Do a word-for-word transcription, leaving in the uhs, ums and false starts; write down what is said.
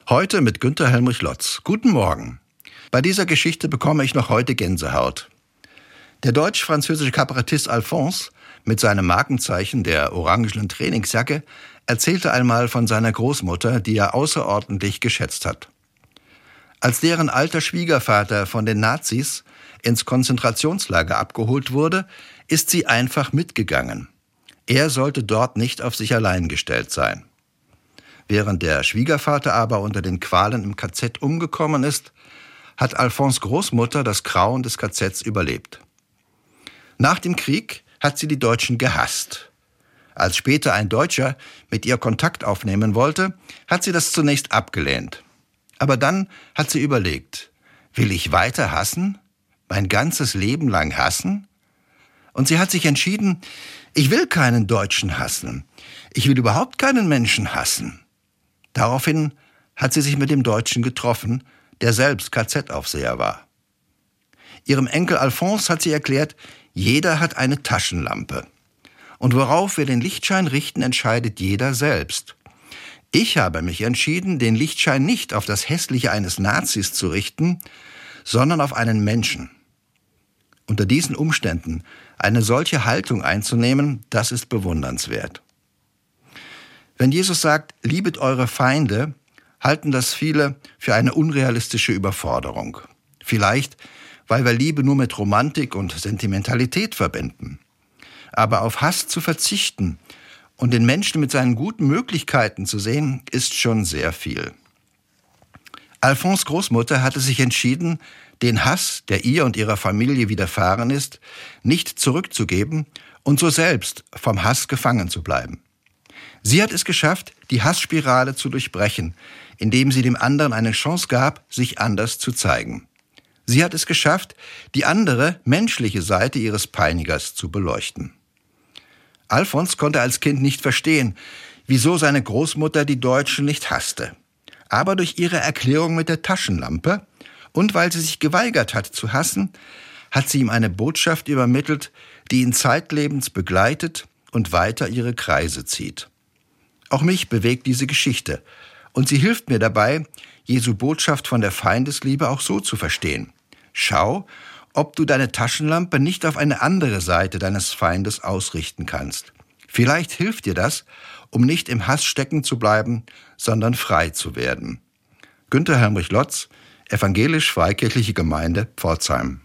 Heute mit Günther Helmrich Lotz. Guten Morgen. Bei dieser Geschichte bekomme ich noch heute Gänsehaut. Der deutsch-französische Kabarettist Alphonse mit seinem Markenzeichen, der orangenen Trainingsjacke, erzählte einmal von seiner Großmutter, die er außerordentlich geschätzt hat. Als deren alter Schwiegervater von den Nazis ins Konzentrationslager abgeholt wurde, ist sie einfach mitgegangen. Er sollte dort nicht auf sich allein gestellt sein. Während der Schwiegervater aber unter den Qualen im K Z umgekommen ist, hat Alphonse' Großmutter das Grauen des K Zs überlebt. Nach dem Krieg hat sie die Deutschen gehasst. Als später ein Deutscher mit ihr Kontakt aufnehmen wollte, hat sie das zunächst abgelehnt. Aber dann hat sie überlegt, will ich weiter hassen? Mein ganzes Leben lang hassen? Und sie hat sich entschieden, ich will keinen Deutschen hassen. Ich will überhaupt keinen Menschen hassen. Daraufhin hat sie sich mit dem Deutschen getroffen, der selbst K Z-Aufseher war. Ihrem Enkel Alphonse hat sie erklärt, jeder hat eine Taschenlampe. Und worauf wir den Lichtschein richten, entscheidet jeder selbst. Ich habe mich entschieden, den Lichtschein nicht auf das Hässliche eines Nazis zu richten, sondern auf einen Menschen. Unter diesen Umständen eine solche Haltung einzunehmen, das ist bewundernswert. Wenn Jesus sagt, liebet eure Feinde, halten das viele für eine unrealistische Überforderung. Vielleicht, weil wir Liebe nur mit Romantik und Sentimentalität verbinden. Aber auf Hass zu verzichten und den Menschen mit seinen guten Möglichkeiten zu sehen, ist schon sehr viel. Alphonse' Großmutter hatte sich entschieden, den Hass, der ihr und ihrer Familie widerfahren ist, nicht zurückzugeben und so selbst vom Hass gefangen zu bleiben. Sie hat es geschafft, die Hassspirale zu durchbrechen, indem sie dem anderen eine Chance gab, sich anders zu zeigen. Sie hat es geschafft, die andere, menschliche Seite ihres Peinigers zu beleuchten. Alphonse konnte als Kind nicht verstehen, wieso seine Großmutter die Deutschen nicht hasste. Aber durch ihre Erklärung mit der Taschenlampe und weil sie sich geweigert hat zu hassen, hat sie ihm eine Botschaft übermittelt, die ihn zeitlebens begleitet und weiter ihre Kreise zieht. Auch mich bewegt diese Geschichte und sie hilft mir dabei, Jesu Botschaft von der Feindesliebe auch so zu verstehen. Schau, ob du deine Taschenlampe nicht auf eine andere Seite deines Feindes ausrichten kannst. Vielleicht hilft dir das, um nicht im Hass stecken zu bleiben, sondern frei zu werden. Günther Helmrich Lotz, Evangelisch-Freikirchliche Gemeinde Pforzheim.